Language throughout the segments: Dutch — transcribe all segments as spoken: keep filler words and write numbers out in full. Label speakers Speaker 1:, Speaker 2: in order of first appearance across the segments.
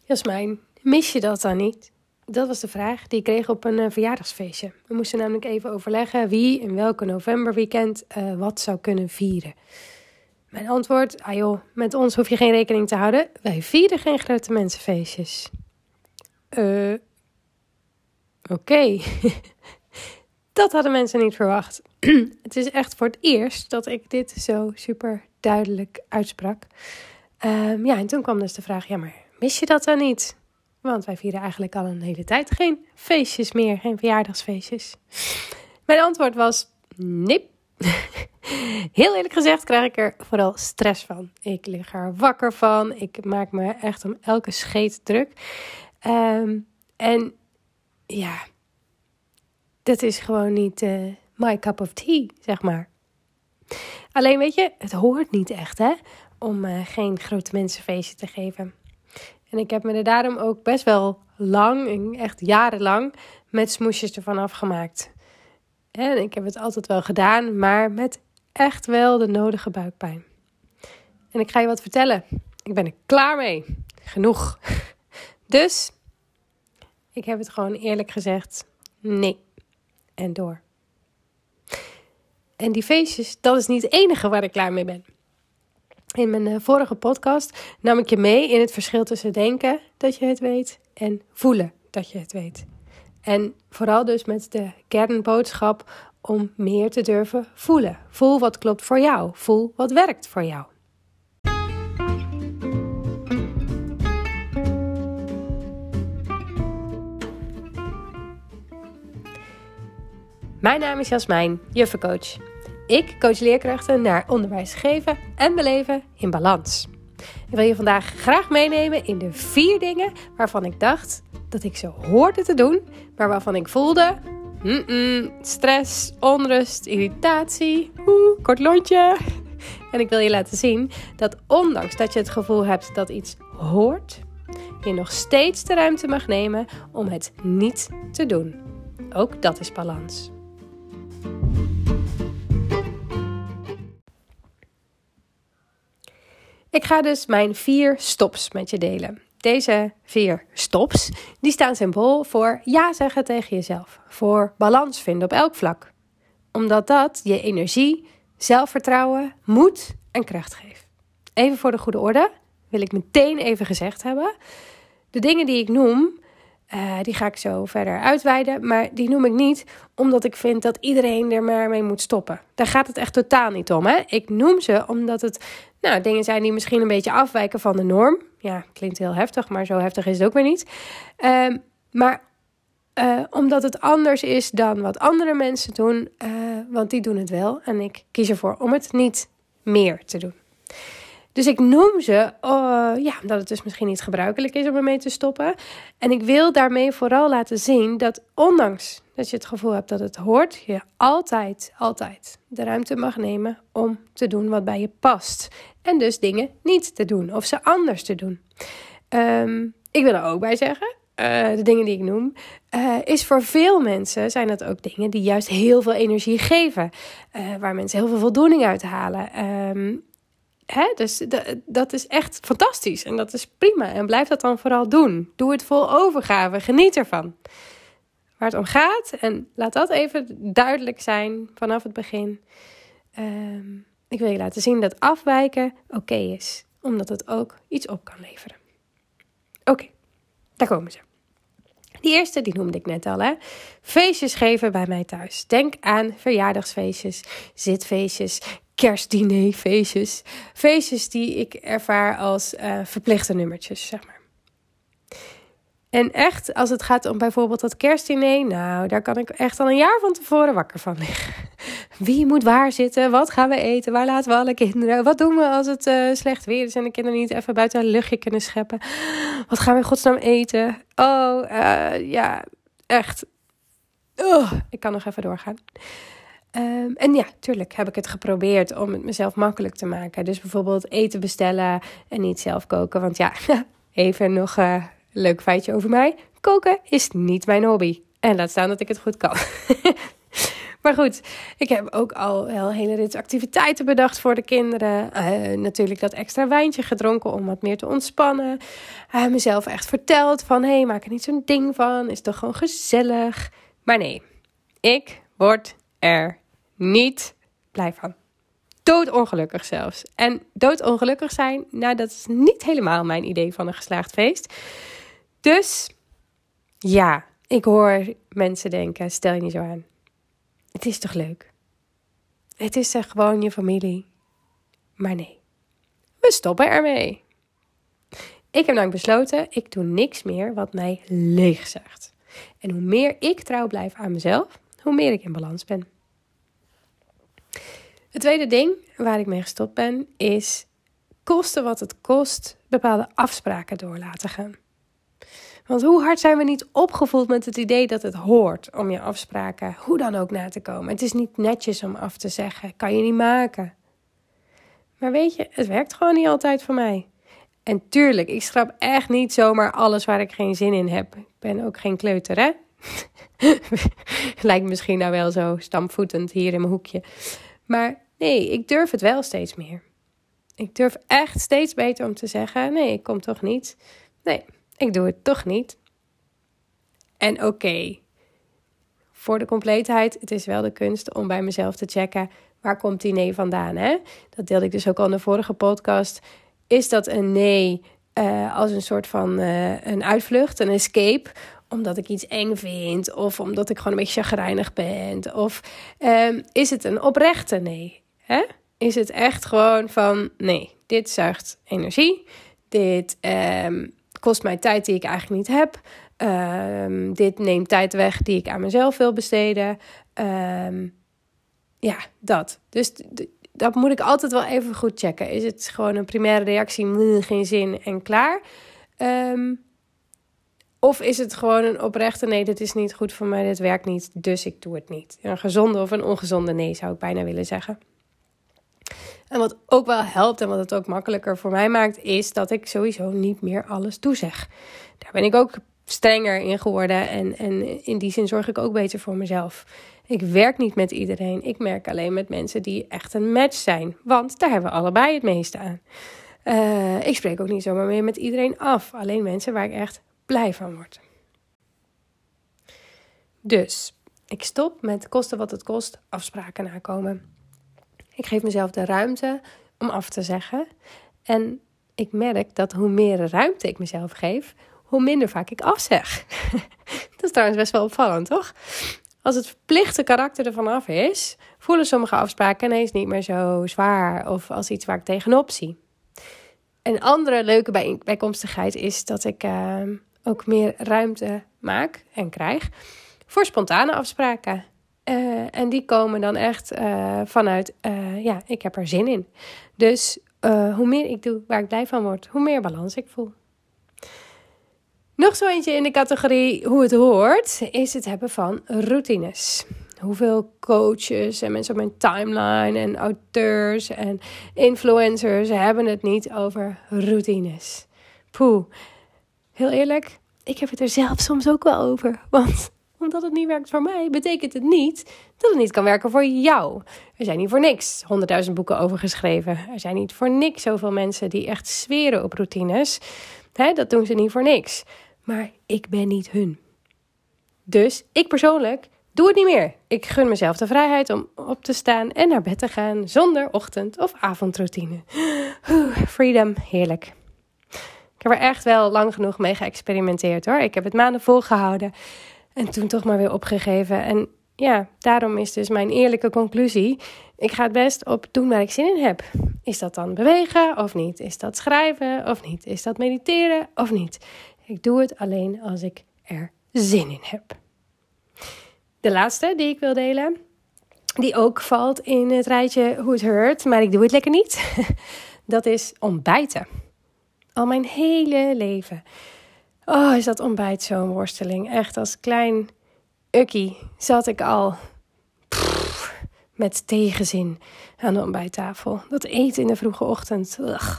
Speaker 1: Jasmijn, mis je dat dan niet? Dat was de vraag die ik kreeg op een uh, verjaardagsfeestje. We moesten namelijk even overleggen wie in welke novemberweekend uh, wat zou kunnen vieren. Mijn antwoord, ah joh, met ons hoef je geen rekening te houden. Wij vieren geen grote mensenfeestjes. Eh, uh, oké. Okay. Dat hadden mensen niet verwacht. Het is echt voor het eerst dat ik dit zo super duidelijk uitsprak. Um, ja, en toen kwam dus de vraag, ja, maar mis je dat dan niet? Want wij vieren eigenlijk al een hele tijd geen feestjes meer, geen verjaardagsfeestjes. Mijn antwoord was, nee. Heel eerlijk gezegd krijg ik er vooral stress van. Ik lig er wakker van. Ik maak me echt om elke scheet druk. Um, en ja, dat is gewoon niet uh, my cup of tea, zeg maar. Alleen weet je, het hoort niet echt, hè, om uh, geen grote mensenfeestje te geven. En ik heb me er daarom ook best wel lang, echt jarenlang, met smoesjes ervan afgemaakt. En ik heb het altijd wel gedaan, maar met echt wel de nodige buikpijn. En ik ga je wat vertellen. Ik ben er klaar mee. Genoeg. Dus, ik heb het gewoon eerlijk gezegd, nee. En door. En die feestjes, dat is niet het enige waar ik klaar mee ben. In mijn uh, vorige podcast nam ik je mee in het verschil tussen denken dat je het weet en voelen dat je het weet. En vooral dus met de kernboodschap om meer te durven voelen. Voel wat klopt voor jou. Voel wat werkt voor jou. Mijn naam is Jasmijn, juffencoach. Ik coach leerkrachten naar onderwijs geven en beleven in balans. Ik wil je vandaag graag meenemen in de vier dingen waarvan ik dacht dat ik ze hoorde te doen, maar waarvan ik voelde mm-mm, stress, onrust, irritatie, oeh, kort lontje. En ik wil je laten zien dat ondanks dat je het gevoel hebt dat iets hoort, je nog steeds de ruimte mag nemen om het niet te doen. Ook dat is balans. Ik ga dus mijn vier stops met je delen. Deze vier stops, die staan symbool voor ja zeggen tegen jezelf. Voor balans vinden op elk vlak. Omdat dat je energie, zelfvertrouwen, moed en kracht geeft. Even voor de goede orde wil ik meteen even gezegd hebben. De dingen die ik noem, uh, die ga ik zo verder uitweiden. Maar die noem ik niet omdat ik vind dat iedereen er maar mee moet stoppen. Daar gaat het echt totaal niet om. Hè? Ik noem ze omdat het nou, dingen zijn die misschien een beetje afwijken van de norm. Ja, klinkt heel heftig, maar zo heftig is het ook weer niet. Uh, maar uh, omdat het anders is dan wat andere mensen doen. Uh, want die doen het wel. En ik kies ervoor om het niet meer te doen. Dus ik noem ze, uh, ja, omdat het dus misschien niet gebruikelijk is om ermee te stoppen. En ik wil daarmee vooral laten zien dat ondanks dat je het gevoel hebt dat het hoort, je altijd, altijd de ruimte mag nemen om te doen wat bij je past. En dus dingen niet te doen of ze anders te doen. Um, ik wil er ook bij zeggen, uh, de dingen die ik noem, uh, is voor veel mensen zijn dat ook dingen die juist heel veel energie geven. Uh, waar mensen heel veel voldoening uit halen. Um, Hè? Dus d- dat is echt fantastisch en dat is prima. En blijf dat dan vooral doen. Doe het vol overgave, geniet ervan. Waar het om gaat, en laat dat even duidelijk zijn vanaf het begin. Um, ik wil je laten zien dat afwijken oké okay is. Omdat het ook iets op kan leveren. Oké, okay, daar komen ze. Die eerste, die noemde ik net al, hè. Feestjes geven bij mij thuis. Denk aan verjaardagsfeestjes, zitfeestjes, kerstdinerfeestjes. Feestjes die ik ervaar als uh, verplichte nummertjes, zeg maar. En echt, als het gaat om bijvoorbeeld dat kerstdiner, nou, daar kan ik echt al een jaar van tevoren wakker van liggen. Wie moet waar zitten? Wat gaan we eten? Waar laten we alle kinderen? Wat doen we als het uh, slecht weer is en de kinderen niet even buiten een luchtje kunnen scheppen? Wat gaan we in godsnaam eten? Oh, uh, ja, echt. Oh, ik kan nog even doorgaan. Um, en ja, tuurlijk heb ik het geprobeerd om het mezelf makkelijk te maken. Dus bijvoorbeeld eten bestellen en niet zelf koken. Want ja, even nog een uh, leuk feitje over mij. Koken is niet mijn hobby. En laat staan dat ik het goed kan. Maar goed, ik heb ook al wel een hele rits activiteiten bedacht voor de kinderen. Uh, natuurlijk dat extra wijntje gedronken om wat meer te ontspannen. Uh, mezelf echt verteld van, hé, hey, maak er niet zo'n ding van. Is toch gewoon gezellig. Maar nee, ik word er niet blij van. Doodongelukkig zelfs. En doodongelukkig zijn, nou, dat is niet helemaal mijn idee van een geslaagd feest. Dus ja, ik hoor mensen denken, stel je niet zo aan. Het is toch leuk? Het is toch gewoon je familie? Maar nee, we stoppen ermee. Ik heb namelijk besloten, ik doe niks meer wat mij leegzuigt. En hoe meer ik trouw blijf aan mezelf, hoe meer ik in balans ben. Het tweede ding waar ik mee gestopt ben, is koste wat het kost bepaalde afspraken door laten gaan. Want hoe hard zijn we niet opgevoed met het idee dat het hoort om je afspraken hoe dan ook na te komen. Het is niet netjes om af te zeggen, kan je niet maken. Maar weet je, het werkt gewoon niet altijd voor mij. En tuurlijk, ik schrap echt niet zomaar alles waar ik geen zin in heb. Ik ben ook geen kleuter, hè? Lijkt misschien nou wel zo stampvoetend hier in mijn hoekje. Maar nee, ik durf het wel steeds meer. Ik durf echt steeds beter om te zeggen, nee, ik kom toch niet. Nee, ik doe het toch niet. En oké, okay, voor de compleetheid, het is wel de kunst om bij mezelf te checken, waar komt die nee vandaan, hè? Dat deelde ik dus ook al in de vorige podcast. Is dat een nee uh, als een soort van uh, een uitvlucht, een escape, omdat ik iets eng vind of omdat ik gewoon een beetje chagrijnig ben? Of um, is het een oprechte nee? Hè? Is het echt gewoon van, nee, dit zuigt energie, dit um, kost mij tijd die ik eigenlijk niet heb, um, dit neemt tijd weg die ik aan mezelf wil besteden. Um, ja, dat. Dus d- dat moet ik altijd wel even goed checken. Is het gewoon een primaire reactie, mmm, geen zin en klaar? Um, Of is het gewoon een oprechte nee, dit is niet goed voor mij, dit werkt niet, dus ik doe het niet. Een gezonde of een ongezonde nee zou ik bijna willen zeggen. En wat ook wel helpt en wat het ook makkelijker voor mij maakt, is dat ik sowieso niet meer alles toezeg. Daar ben ik ook strenger in geworden en, en in die zin zorg ik ook beter voor mezelf. Ik werk niet met iedereen, ik merk alleen met mensen die echt een match zijn. Want daar hebben we allebei het meeste aan. Uh, ik spreek ook niet zomaar meer met iedereen af, alleen mensen waar ik echt blij van word. Dus, ik stop met kosten wat het kost afspraken nakomen. Ik geef mezelf de ruimte om af te zeggen. En ik merk dat hoe meer ruimte ik mezelf geef, hoe minder vaak ik afzeg. Dat is trouwens best wel opvallend, toch? Als het verplichte karakter ervan af is, voelen sommige afspraken ineens niet meer zo zwaar of als iets waar ik tegenop zie. Een andere leuke bij- bijkomstigheid is dat ik uh, ook meer ruimte maak en krijg voor spontane afspraken. Uh, en die komen dan echt uh, vanuit, uh, ja, ik heb er zin in. Dus uh, hoe meer ik doe waar ik blij van word, hoe meer balans ik voel. Nog zo eentje in de categorie hoe het hoort, is het hebben van routines. Hoeveel coaches en mensen op mijn timeline en auteurs en influencers hebben het niet over routines. Poeh, heel eerlijk, ik heb het er zelf soms ook wel over. Want omdat het niet werkt voor mij, betekent het niet dat het niet kan werken voor jou. Er zijn niet voor niks honderdduizend boeken over geschreven. Er zijn niet voor niks zoveel mensen die echt zweren op routines. Hè, dat doen ze niet voor niks. Maar ik ben niet hun. Dus ik persoonlijk doe het niet meer. Ik gun mezelf de vrijheid om op te staan en naar bed te gaan zonder ochtend- of avondroutine. Oeh, freedom, heerlijk. Ik heb er echt wel lang genoeg mee geëxperimenteerd hoor. Ik heb het maanden volgehouden en toen toch maar weer opgegeven. En ja, daarom is dus mijn eerlijke conclusie: ik ga het best op doen waar ik zin in heb. Is dat dan bewegen of niet? Is dat schrijven of niet? Is dat mediteren of niet? Ik doe het alleen als ik er zin in heb. De laatste die ik wil delen, die ook valt in het rijtje hoe het hoort, maar ik doe het lekker niet. Dat is ontbijten. Al mijn hele leven. Oh, is dat ontbijt zo'n worsteling. Echt, als klein ukkie zat ik al pff, met tegenzin aan de ontbijttafel. Dat eten in de vroege ochtend.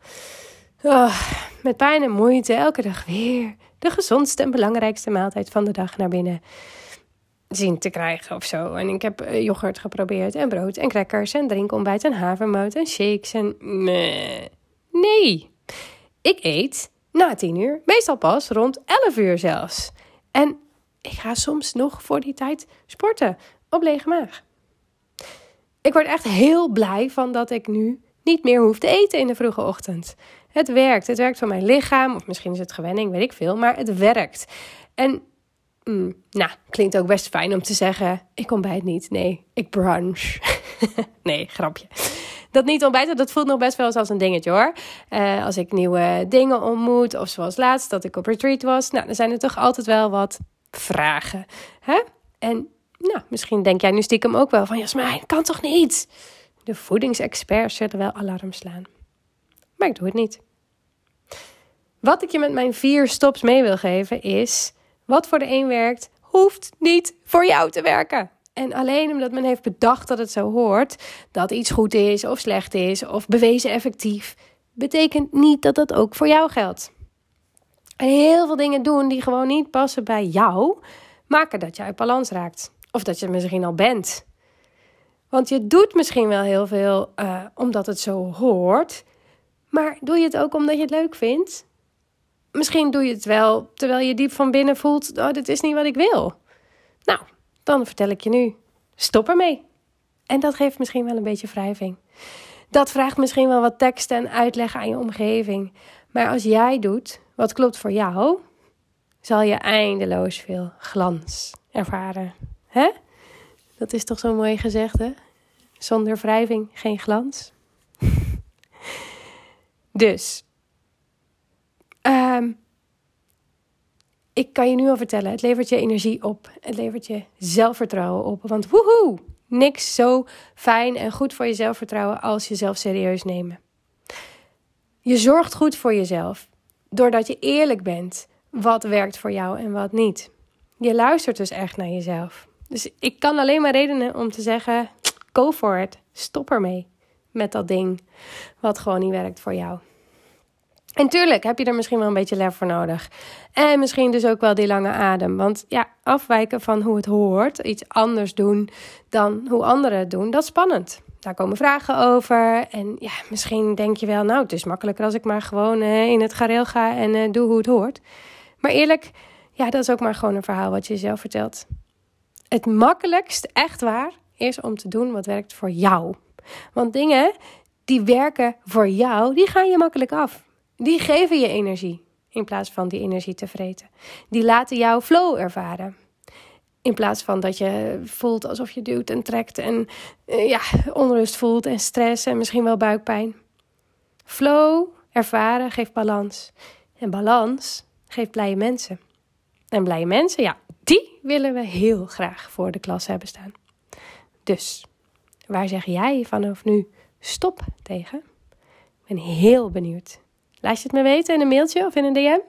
Speaker 1: Oh, met pijn en moeite elke dag weer de gezondste en belangrijkste maaltijd van de dag naar binnen. zien te krijgen of zo. En ik heb uh, yoghurt geprobeerd en brood en crackers en drinkontbijt en havermout en shakes en... Nee. nee. Ik eet na tien uur, meestal pas rond elf uur zelfs. En ik ga soms nog voor die tijd sporten op lege maag. Ik word echt heel blij van dat ik nu niet meer hoef te eten in de vroege ochtend. Het werkt. Het werkt voor mijn lichaam. Of misschien is het gewenning, weet ik veel. Maar het werkt. En, mm, nou, klinkt ook best fijn om te zeggen... ik ontbijt niet. Nee, ik brunch. nee, grapje. Dat niet ontbijten, dat voelt nog best wel eens als een dingetje, hoor. Uh, als ik nieuwe dingen ontmoet, of zoals laatst dat ik op retreat was... nou, dan zijn er toch altijd wel wat vragen. Hè? En, nou, misschien denk jij nu stiekem ook wel van... Jasmijn, kan toch niet? De voedingsexperts zullen wel alarm slaan. Maar ik doe het niet. Wat ik je met mijn vier stops mee wil geven is... wat voor de een werkt, hoeft niet voor jou te werken. En alleen omdat men heeft bedacht dat het zo hoort... dat iets goed is of slecht is of bewezen effectief... betekent niet dat dat ook voor jou geldt. En heel veel dingen doen die gewoon niet passen bij jou... maken dat je uit balans raakt. Of dat je het misschien al bent. Want je doet misschien wel heel veel uh, omdat het zo hoort... maar doe je het ook omdat je het leuk vindt? Misschien doe je het wel terwijl je diep van binnen voelt... oh, dit is niet wat ik wil. Nou, dan vertel ik je nu. Stop ermee. En dat geeft misschien wel een beetje wrijving. Dat vraagt misschien wel wat tekst en uitleg aan je omgeving. Maar als jij doet wat klopt voor jou... zal je eindeloos veel glans ervaren. Hè? Dat is toch zo'n mooi gezegde? Zonder wrijving geen glans. Dus... Um, ik kan je nu al vertellen, het levert je energie op. Het levert je zelfvertrouwen op. Want woehoe, niks zo fijn en goed voor je zelfvertrouwen als jezelf serieus nemen. Je zorgt goed voor jezelf, doordat je eerlijk bent wat werkt voor jou en wat niet. Je luistert dus echt naar jezelf. Dus ik kan alleen maar redenen om te zeggen, go for it. Stop ermee met dat ding wat gewoon niet werkt voor jou. En tuurlijk heb je er misschien wel een beetje lef voor nodig. En misschien dus ook wel die lange adem. Want ja, afwijken van hoe het hoort, iets anders doen dan hoe anderen het doen, dat is spannend. Daar komen vragen over. En ja, misschien denk je wel, nou, het is makkelijker als ik maar gewoon uh, in het gareel ga en uh, doe hoe het hoort. Maar eerlijk, ja, dat is ook maar gewoon een verhaal wat je jezelf vertelt. Het makkelijkst, echt waar, is om te doen wat werkt voor jou. Want dingen die werken voor jou, die gaan je makkelijk af. Die geven je energie, in plaats van die energie te vreten. Die laten jou flow ervaren. In plaats van dat je voelt alsof je duwt en trekt en uh, ja, onrust voelt en stress en misschien wel buikpijn. Flow ervaren geeft balans. En balans geeft blije mensen. En blije mensen, ja, die willen we heel graag voor de klas hebben staan. Dus, waar zeg jij vanaf nu stop tegen? Ik ben heel benieuwd. Laat je het me weten in een mailtje of in een D M?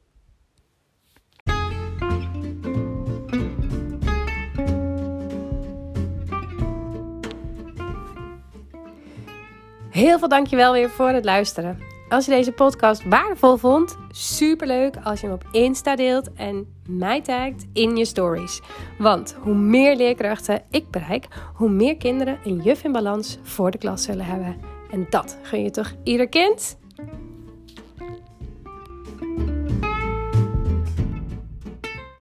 Speaker 1: Heel veel dankjewel weer voor het luisteren. Als je deze podcast waardevol vond, superleuk als je hem op Insta deelt en mij tagt in je stories. Want hoe meer leerkrachten ik bereik, hoe meer kinderen een juf in balans voor de klas zullen hebben. En dat gun je toch ieder kind?